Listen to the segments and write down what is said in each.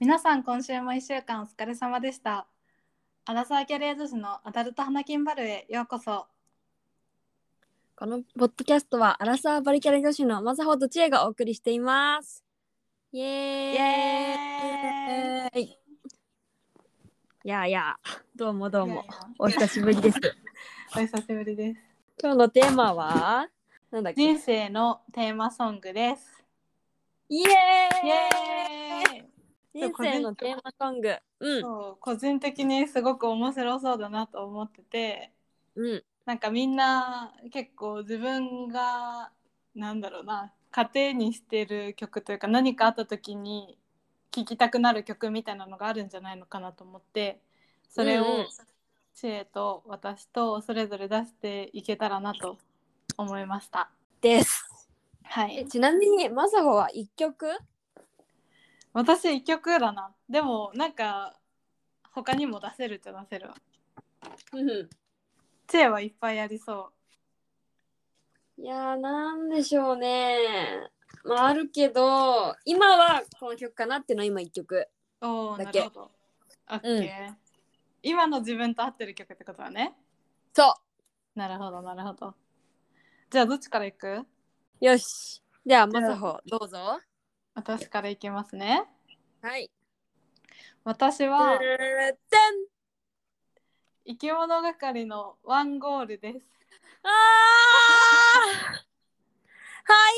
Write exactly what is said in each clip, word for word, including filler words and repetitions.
皆さん、今週もいっしゅうかんお疲れ様でした。アラサーキャリア女子のアダルト花金バルへようこそ。 このポッドキャストはアラサーバリキャリ女子のまさほとちえがお送りしています。イエーイイエーイ。 いやーやーどうもどうもいやいやお久しぶりですお久しぶりです。 今日のテーマはなんだっけ。 人生のテーマソングです。 イエーイイエーイ。 人生のテーマソング、うん、 そう個人的にすごく面白そうだなと思ってて、 うん、 なんかみんな結構自分がなんだろうな糧にしてる曲というか、何かあった時に聴きたくなる曲みたいなのがあるんじゃないのかなと思って、それをうんうん知恵と私とそれぞれ出していけたらなと思いましたです。 はい。 えちなみにまさほはいっきょく？ 私いっきょくだな。でもなんか他にも出せるっちゃ出せるわ。 うん知恵はいっぱいありそいやーなんでしょうね。まああるけど今はこの曲かなっていうのは今いっきょくう。おお、 だけ。 なるほど。オッケー、今の自分と合ってる曲ってことだね。 そうなるほどなるほど。じゃあどっちからいく？ よし。では、 じゃあまさほ、どうぞ。 私からいきますね。 はい。 私てれはれれれ生き物係のワンゴールです。 あーはい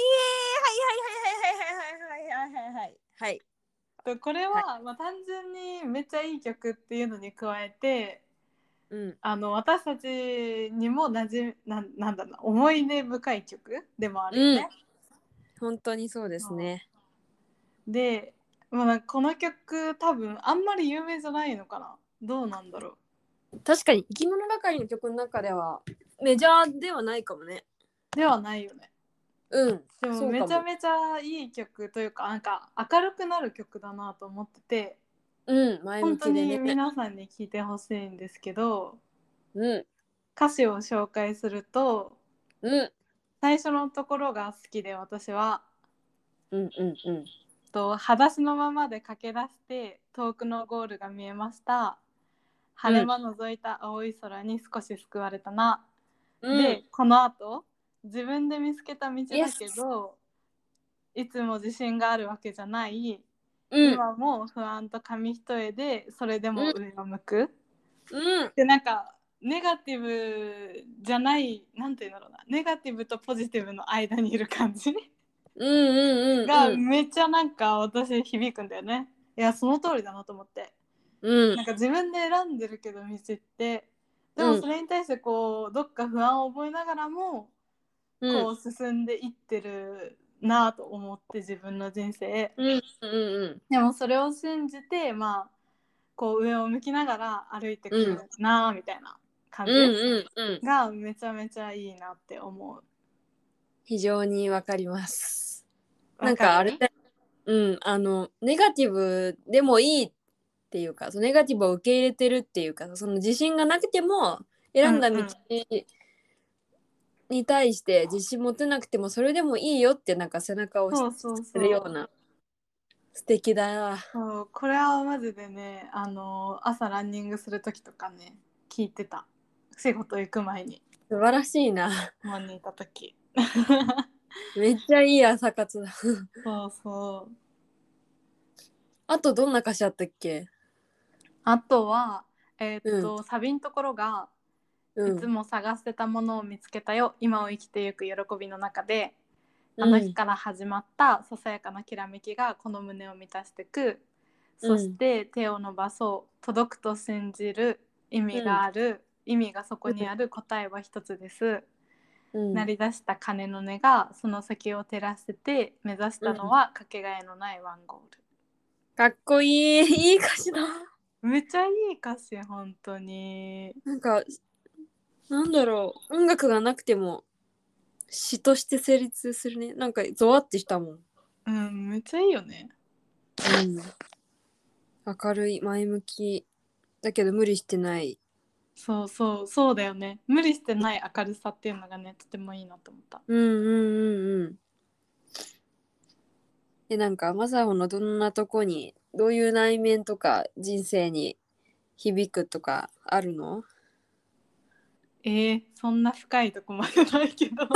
はいはいはいはいはいはいはいはいはい。 これは、 はいまあ、単純にめっちゃいい曲っていうのに加えて、 うん、 あの私たちにもなじななんだろうな思い出深い曲でもあるようん、 ね。 本当にそうですね。 で、まあ、なんかこの曲多分あんまり有名じゃないのかな。どうなんだろ確かに生き物係の曲の中ではメジャーではないかもね。 う。ではないよね。 うん、 でもめちゃめちゃいい曲というか、なんか明るくなる曲だなと思ってて、 うん、前向本当にきでね。 皆さんに聴いてほしいんですけど、 うん、 歌詞を紹介すると、 うん、 最初のところが好きで、私はうん、うん、うん。 と裸足のままで駆け出して遠くのゴールが見えました。晴れ間覗いた青い空に少し救われたな、 うん、 でこの後、自分で見つけた道だイエス。 けどいつも自信があるわけじゃない、 うん、 今も不安と紙一重でそれでうん、 も上を向く、 うん、 でなんかネガティブじゃない、なんていうんだろうな、ネガティブとポジティブの間にいる感じうん、うん、うん、 がうん、 めっちゃなんか私響くんだよね。いや、その通りだなと思って、 うん、 なんか自分で選んでるけど道って、でもうん、 それに対してこうどっか不安を覚えながらもうん、 こう進んでいってるなと思って、自分の人生。 うん、うん、 でもそれを信じて、まあこう上を向きながら歩いてくうん、 るなみたいな感じうん、うん、うん。 がめちゃめちゃいいなって思う。 非常にわかります。なんわかる？ かあれだ、うん、あのネガティブでもいいっていうか、そのネガティブを受け入れてるっていうか、その自信がなくても選んだ道うんうん。 に対して自信持てなくてもそれでもいいよってなんか背中を押しそうそうてるよそう。 うな、素敵だ。 そう、これはマジでね、あの朝ランニングする時とかね聞いてた。仕事行く前に、 素晴らしいな。 モンにいた時めっちゃいい朝活だ。 そうそう。 あとどんな歌詞あったっけ？ あとはえーっうんとサビのところが、いつうんも探してたものを見つけたよ、今を生きてゆく喜びの中で、あの日うんから始まったささやかなきらめきがこの胸を満たしてく、そしうんて手を伸ばそう、届くと信じる、意味うんがある、意味がそこにある、答えは一つです。 うん鳴り出した鐘の音がその先を照らしてて、目指したのはかけがえのないワンゴール。 かっこいい。いい歌詞だ。 めっちゃいい歌詞、本当に。 なんかなんだろう、音楽がなくても詩として成立するね。なんかゾワってしたもん。 うん、めっちゃいいよね。 うん。明るい、前向きだけど無理してない。 そうそうそうだよね。無理してない明るさっていうのがね、とてもいいなと思った。 うんうんうんうん。でなんかマサオのどんなとこにどういう内面とか人生に響くとかあるの？ えー、そんな深いとこまでないけど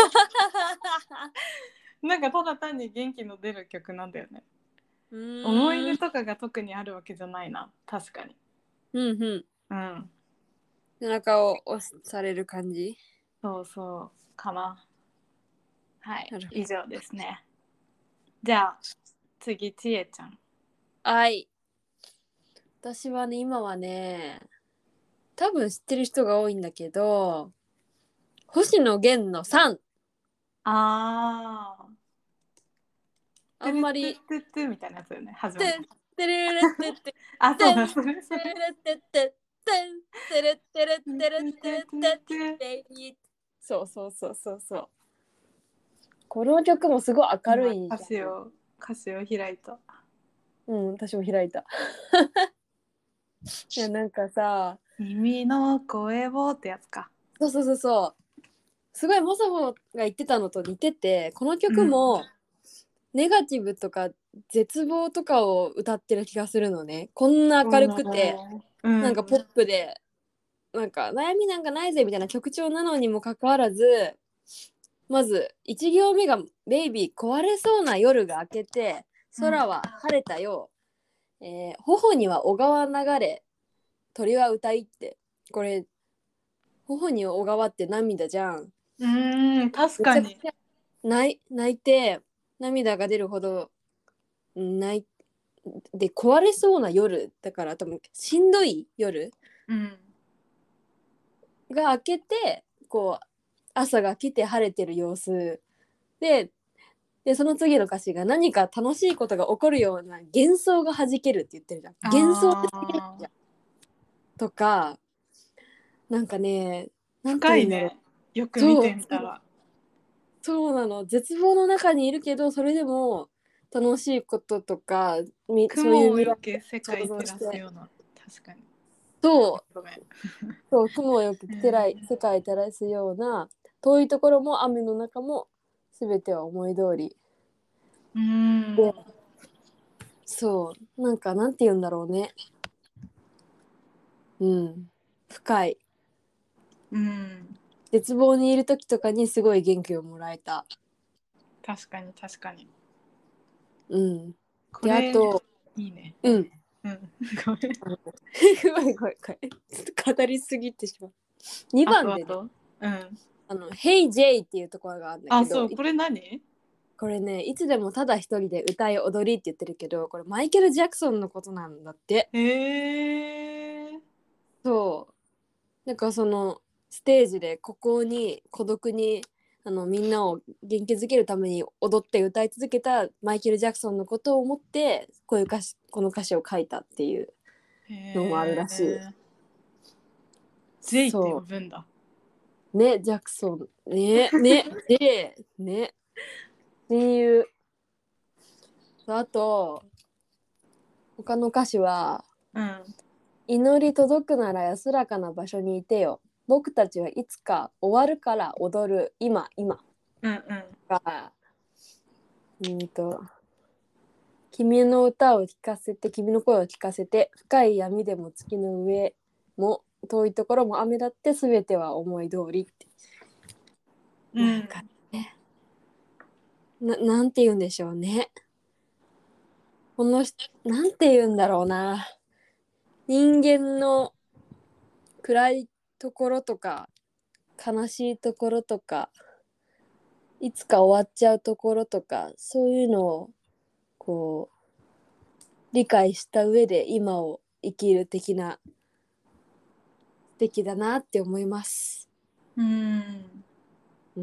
なんかただ単に元気の出る曲なんだよね。 うーん思い出とかが特にあるわけじゃないな、確かに。 うんうん。 うん背中を押される感じ？ そうそうかな。はいなるほど。 以上ですね。じゃあ次ちえちゃん。 はい。私はね、今はね、多分知ってる人が多いんだけど、星野源のさん。 あーあてるてっんまり、 てってみたいなやつよね、始まり。 てってれれってって、 あ、そうだ、 てんそれそれ。 てれってって、てんてれってれってれってれってってってそうそうそうそうそう。この曲もすごい明る今いじゃん。 歌詞を歌詞を開いた。 うん、私も開いた。いや、なんかさ、 君の声をってやつか。 そうそうそうそう。すごいモサホが言ってたのと似てて、この曲うんもネガティブとか絶望とかを歌ってる気がするのね。こんな明るくて、 うん、 なんかポップで、なんか悩みなんかないぜみたいな曲調なのにもかかわらず、まずいち行目がベイビー壊れそうな夜が明けて、空は晴れたよ、えー頬には小川流れ、鳥は歌いって、これ頬に小川って涙じゃん。 うん、うん確かに。 めちゃくちゃ泣い泣いて涙が出るほど泣いで壊れそうな夜だから、多分しんどい夜うんが明けて、こう朝が来て晴れてる様子で、でその次の歌詞が何か楽しいことが起こるような幻想が弾けるって言ってるじゃん。幻想ってすげえじゃんあーとか、なんかね、なんて深い言うんだろう。 ね。よく見そうてみたら。 そうなの。絶望の中にいるけど、それでも楽しいこととか、みそういう雲をよ未来け世を想界照らす像して、 ような。確かに。 そうごめん。 そう、雲をよくえ照らいー世界照らすような、遠いところも雨の中も全ては思い通り。 うん。 で、そう、なんかなんて言うんだろうね。うん、深い。 うん。 絶望にいる時とかにすごい元気をもらえた。 確かに確かに。 うん。で、あこれと、 いいね。 うん。 うん。ごめん。 あのごめんごめんごめん。ちょっと語りすぎてしまう。 あにばんでね、 とあと。うん。 あの、Hey J っていうところがあるんだあ、 けど、 そう、これ何？ これね、いつでもただ一人で歌い踊りって言ってるけど、これマイケル・ジャクソンのことなんだって。 へえ。 そう。なんかそのステージで孤高に孤独にあのみんなを元気づけるために踊って歌い続けたマイケル・ジャクソンのことを思ってこういう歌詞この歌詞を書いたっていうのもあるへらしい。 え。J って呼そぶんだ。 うね、ジャクソンねねでね親友。あと他の歌詞はうん。 祈り届くなら安らかな場所にいてよ、僕たちはいつか終わるから踊る今今うんうん。 がうんと君の歌を聞かせて君の声を聞かせて、深い闇でも月の上も遠いところも雨だって全ては思い通りって、 うん。 なんかね、ななんて言うんでしょうね、このなんて言うんだろうな、人間の暗いところとか悲しいところとかいつか終わっちゃうところとか、そういうのをこう理解した上で今を生きる的な、素敵だなって思います。 うん。 うん、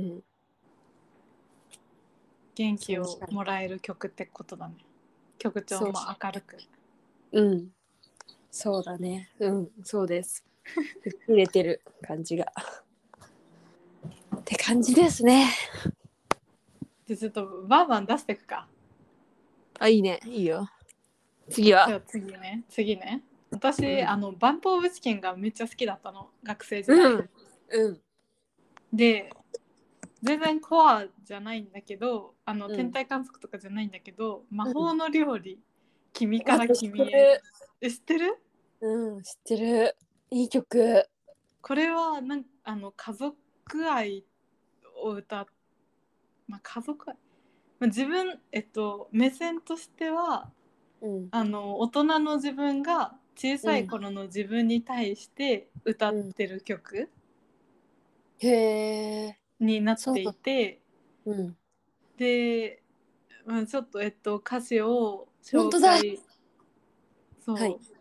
元気そんな感じ。 をもらえる曲ってことだね。曲調そう、 も明るく。 うん、そうだね。うん、そうです。吹っ切れてる感じが。って感じですね。 じゃあちょっとバーバン出していくか。 あ、いいね。いいよ。次は。 じゃあ次ね。次ね。私、 うん。 あの、バンプ・オブ・チキンがめっちゃ好きだったの。学生時代。 うん。うん。 で、全然コアじゃないんだけど、あの、 うん。 天体観測とかじゃないんだけど、魔うん。 法の料理君から君知ってへ。 る。 え、知ってる？ うん、知ってる。いい曲。 これはなんあの家族愛を歌っ、まあ、家族愛、まあ、自分えっと目線としてはうん。 あの大人の自分が小さい頃の自分に対して歌ってる曲へえ。 になっていそうなて、 の。うん。 で、まあ、ちょっとえっと歌詞を本当だ。 紹介はい。 そう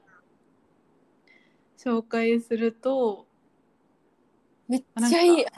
紹介すると、 めっちゃいい。 なんかはい。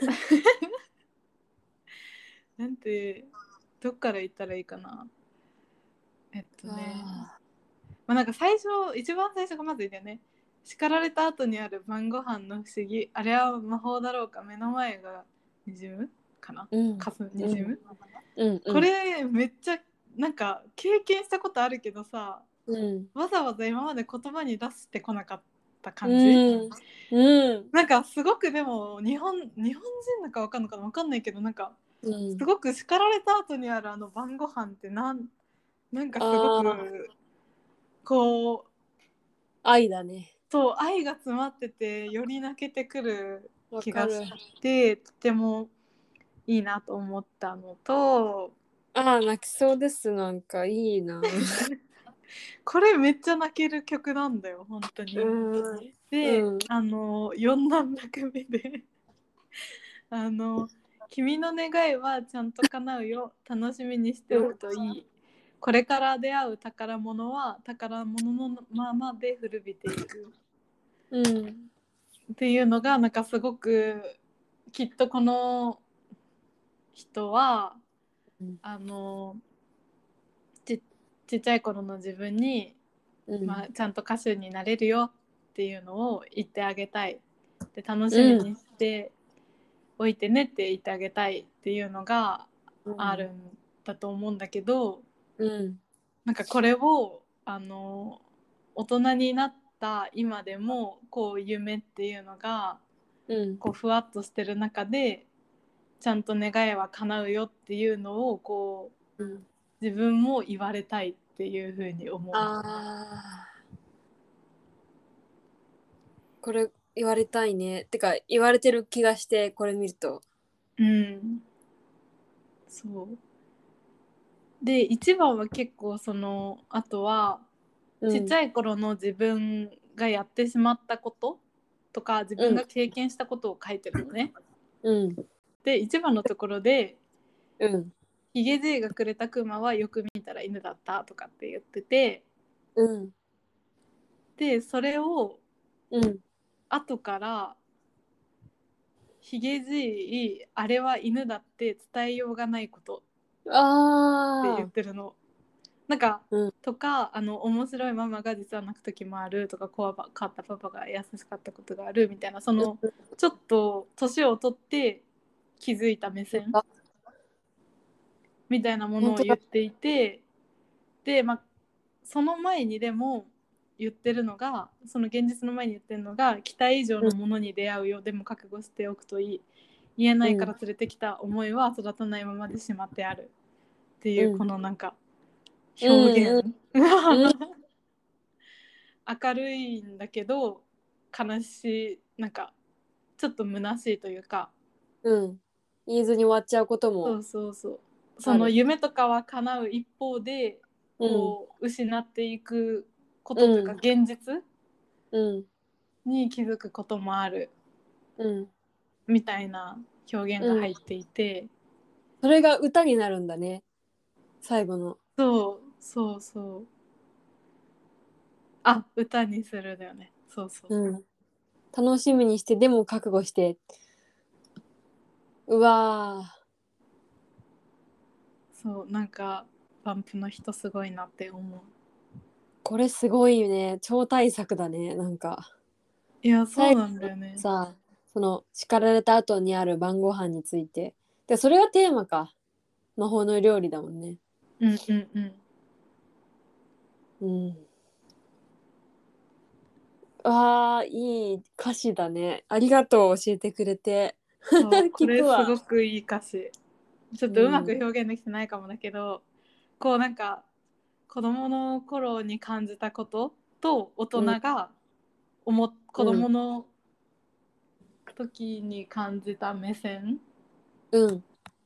なんてどっから言ったらいいかな。えっとね、 あまあ、なんか最初一番最初がまずいいんだよね。叱られた後にある晩ご飯の不思議、あれは魔法だろうか、目の前がにじむかな、 ー。うん。 かすにうん。 じむ、 うん。うこん。 れめっちゃなんか経験したことあるけどさ、 うん。 わざわざ今まで言葉に出してこなかったう感じ、 ん。うん。 なんかすごくでも日本日本人だかわかんのかな、わかんないけど、なんかうんすごく叱られた後にあるあの晩ご飯ってなんなんかすごああ、 くこう愛だね。 そう愛が詰まっててより泣けてくる気がしわかる。 て、とてもいいなと思ったのと、 ああ、泣きそうです。なんかいいな。 これめっちゃ泣ける曲なんだよ本当うに。 ん。 で、 うん。 あのよんだんめ目であの君の願いはちゃんと叶うよ、楽しみにしておくといい、これから出会う宝物は宝物のままで古びていくうん。 っていうのがなんかすごくきっとこの人はうん。 あのちちっちゃい頃の自分に、まあ、ちゃんと歌手になれるよっていうのを言ってあげたい、で楽しみうん。 にしておいてねって言ってあげたいっていうのがあるんだと思うんだけど、 うん。 なんかこれをあの大人になった今でもこう夢っていうのがうん。 こうふわっとしてる中でちゃんと願いは叶うよっていうのをこううん。 自分も言われたいっていうふうに思う。 ああ、これ言われたいね。てか言われてる気がしてこれ見ると。 うん、そうで一番は結構そのあとはうん。 ちっちゃい頃の自分がやってしまったこととか自分うん。 が経験したことを書いてるのね。 うん。 で一番のところでうん。 ヒゲじいがくれたクマはよく見たら犬だったとかって言ってて、 うん。 でそれをうん。 後からヒゲじいあれは犬だって伝えようがないことって言っああ。 てるの。なんか、 うん。 とかあの面白いママが実は泣く時もあるとか、怖かったパパが優しかったことがあるみたいな、そのちょっと年を取って気づいた目線あ、 みたいなものを本当だ。 言っていて、で、まあ、その前にでも言ってるのが、その現実の前に言ってるのが、期待以上のものに出会うよ、でも覚悟しておくといい、言えないから連れてきた思いは育たないままでしまってあるっていう、 うん。 このなんかうん。 表現、 うん。 明るいんだけど悲しい、なんかちょっと虚しいというか、 うん。言えずに終わっちゃうこともそうそうそう、そある。 の夢とかは叶う一方でうん。 こう失っていくことというか、 うん。 現実うん。 に気づくこともあるうん。 みたいな表現がうん。 入っていて、 それが歌になるんだね。最後の。 そうそうそう、あ、歌にするだよね、そうそう、 うん。楽しみにして、でも覚悟して。うわー。 そうなんかバンプの人すごいなって思う。 これすごいね。超大作だね。なんか。 いやそう最後なんだよね。 さ、その叱られた後にある晩ご飯について。で、それがテーマか。魔法の料理だもんね。 うんうんうん、 うん。ああ、いい歌詞だね。ありがとう、教えてくれて。 そうこれす聞くわ。 ごくいい歌詞、ちょっうとうまくん。 表現できてないかもだけど、こうなんか子供の頃に感じたことと大人が思っ、子供の時に感じた目線、 うん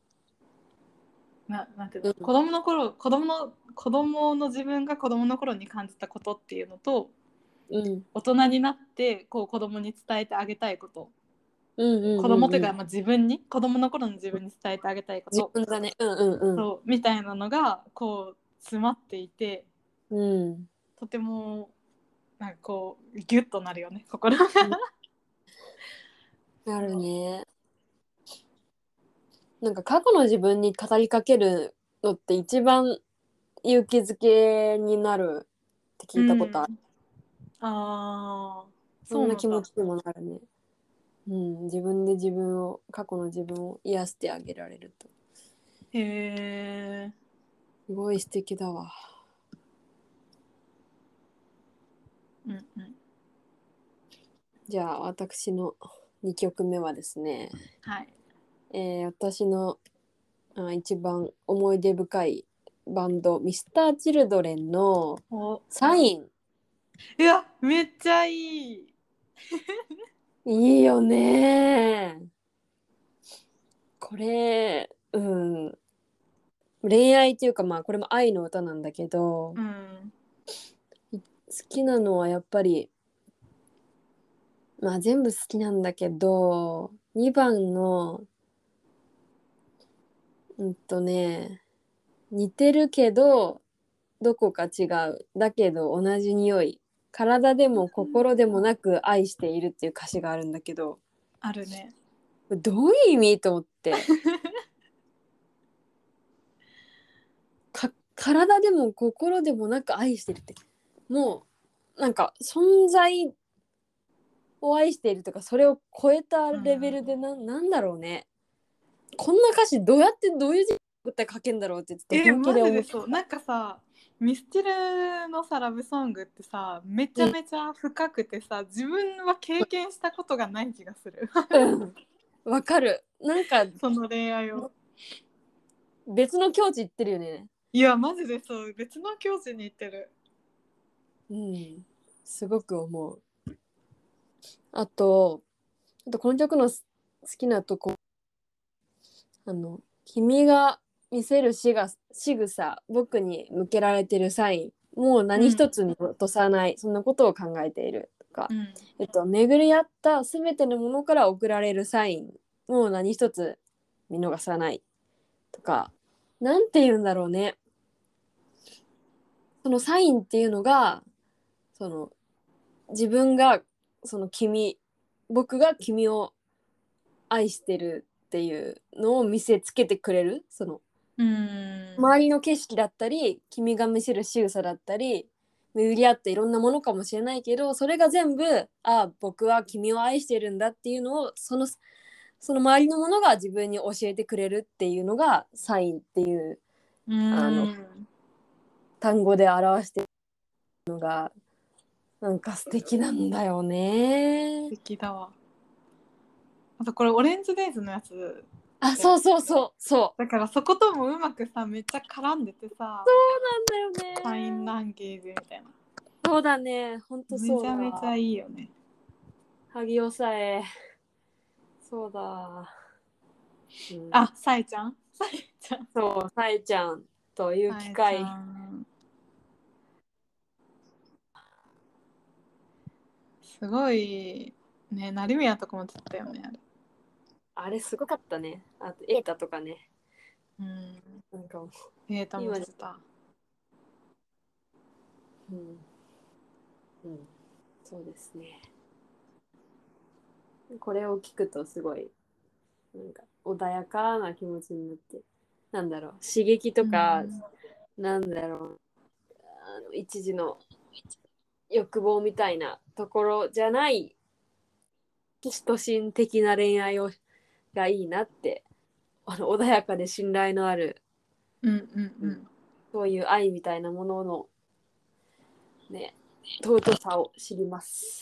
ななんていうの、 うん子供の頃子供の子供の自分が子供の頃に感じたことっていうのと、 うん大人になってこう子供に伝えてあげたいこと、 うんうん子供というか、 うんうんまあ、自分に子供の頃の自分に伝えてあげたいこ自と、 分だね。うんうんうんそうみたいなのがこう詰まっていて、 うんとてもなんかこうギュッとなるよね、心が。 なるね。なんか過去の自分に語りかけるのって一番勇気づけになるって聞いたことある。 うん、ああ、 そんなそうなんだ。 気持ちにもなるね。うん、自分で自分を過去の自分を癒してあげられるとへえ。 すごい素敵だわ。 うんうん。 じゃあ私のにきょくめはですね、 はい。 えー私のあ一番思い出深いバンド ミスター チルドレンのお、 サイン。 いやめっちゃいい。 いいよね。これ、うん、恋愛っていうかまあこれも愛の歌なんだけど、 うん。 好きなのはやっぱりまあ全部好きなんだけどにばんのうんとね似てるけどどこか違うだけど同じ匂い体でも心でもなく愛しているっていう歌詞があるんだけど、 あるね。 どういう意味と思ってか体でも心でもなく愛してるってもうなんか存在を愛しているとかそれを超えたレベルでな、ん、なんだろうね。こんな歌詞どうやってどういう字で書けんだろうってちょっとえ本気マジで思って。 でそう、なんかさ、ミスチルのさラブソングってさめちゃめちゃ深くてさ、自分は経験したことがない気がする。 うんわかる。なんかその恋愛を。 別の境地行ってるよね。 いやマジでそう、別の境地に行ってる。 うんすごく思う。あとあとこの曲の好きなとこ、あの君が見せるしが仕草僕に向けられてるサインもう何一つ見落とさない、そんなことを考えているとか、 うん、 えっと、巡り合ったすべてのものから送られるサインもう何一つ見逃さないとか、なんて言うんだろうね。そのサインっていうのがその自分がその君僕が君を愛してるっていうのを見せつけてくれる、そのうん、 周りの景色だったり君が見せる仕草だったり巡り合っていろんなものかもしれないけど、それが全部あ僕は君を愛してるんだっていうのをそのその周りのものが自分に教えてくれるっていうのがサインっていううあのん、 単語で表してるのがなんか素敵なんだよね。 素敵だわ。あとこれオレンジデイズのやつあ、 だよ。 そうそうそうそう。 だからそこともうまくさめっちゃ絡んでてさ、 そうなんだよサインね。 ランゲージみたいな、 そうだね。ほんとめそうだ。 ちゃめちゃいいよね。 萩尾さえ。そうだ。うん、 あ、さえちゃんさえちゃんそう、さえちゃんというさえちゃ機会。 んすごいね、成宮とかも出てたよね、あれ。 あれすごかったね。あと、エータとかね。 うん、 なんかもう、 データも今、 出てた。 うん。うん。そうですね。これを聞くとすごい、なんか穏やかな気持ちになって、なんだろう、刺激とか、 うん、 なんだろう、あの一時の欲望みたいなところじゃない、人心的な恋愛をがいいなって、あの穏やかで信頼のある、 うん、うん、うん。 そういう愛みたいなもののね、尊さを知ります。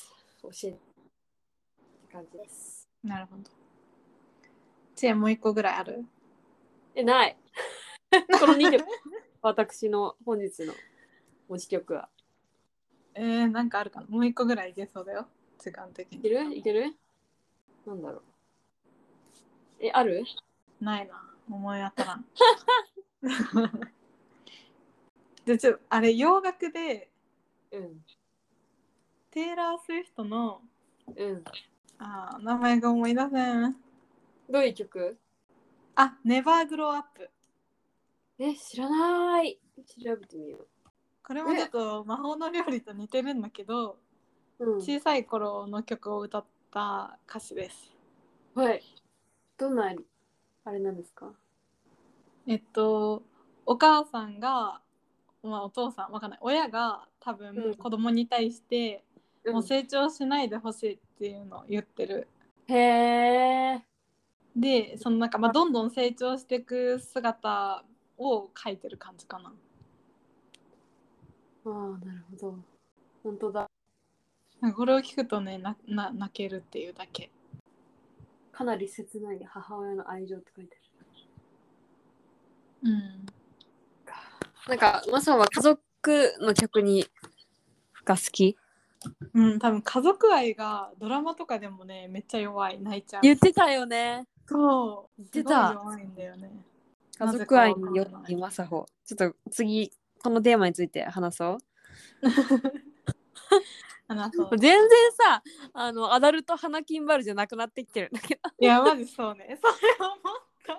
教えて感じです。 なるほど。知恵もう一個ぐらいある？ え、ない。このにきょく、私の本日の持ち曲は。 えー、なんかあるかな。もう一個ぐらいいけそうだよ。時間的に。 いけるいけるなんだろう。え、あるないな。思い当たらん。でちょあれ洋楽でうん。 テイラー・スウィフトのうん。 あー名前が思い出せん。 どういう曲？ あ、ネバーグローアップ。 え、知らない。調べてみよこれもちょっと魔法の料理と似てるんだけど、 う。うん。 小さい頃の曲を歌った歌詞です。 はい。どんなあれなんですか？ えっとお母さんが、まあ、お父さんわかんない親が多うん分子供に対して、 うん、 もう成長しないでほしいっていうのを言ってる。 へえ。 でそのなんか、まあ、どんどん成長していく姿を描いてる感じかな。 ああ、なるほど。本当だ。 これを聞くとねなな泣けるっていうだけ。 かなり切ない母親の愛情って書いてうんある。なんか、マサは家族の曲にが好き？ うん、多分家族愛がドラマとかでもねめっちゃ弱い。泣いちゃう。 言ってたよね。 そうすごい言ってた。 弱いんだよね。 家なぜか族愛わかんない。 に弱いマサホ。ちょっと次、このテーマについて話そう。 話そう。 全然さ、あの、アダルト花金バルじゃなくなってきてるんだけど。 いやマジそうね。それ思った。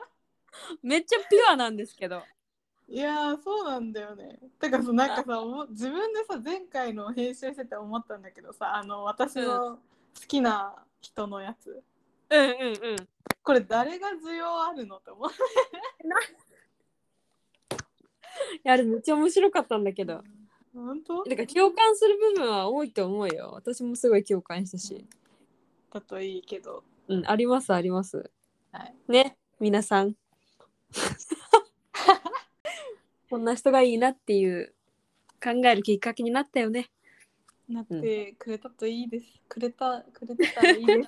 めっちゃピュアなんですけど。 いやそうなんだよね。てかさなんかさ自分でさ前回の編集してて思ったんだけどさ、あの私の好きな人のやつ、 うんうんうん。 これ誰が需要あるのって思って。 いや、あれめっちゃ面白かったんだけど。 本当だから共感する部分は多いと思うよ。私もすごい共感したし。 だといいけど。 うん、ありますあります。 はい。 ね、皆さん。こんな人がいいなっていう考えるきっかけになったよね。 なってくれたといいです。くれたくれてたらいいです。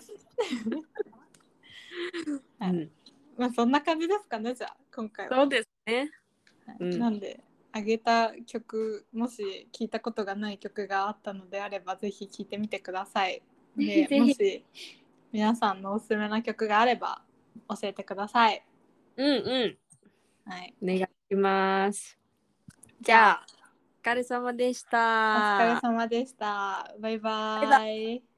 はい。 うん、 まあそんな感じですかねじゃあ今回は。 そうですね。 はいうん、 なんであげた曲もし聞いたことがない曲があったのであればぜひ聴いてみてください。 ぜひでぜひ。 もし皆さんのおすすめな曲があれば教えてください。 うんうん。 はい。 お願いします。 じゃあお疲れ様でしお疲れた。 様でした。バイバイバイ。 バイ。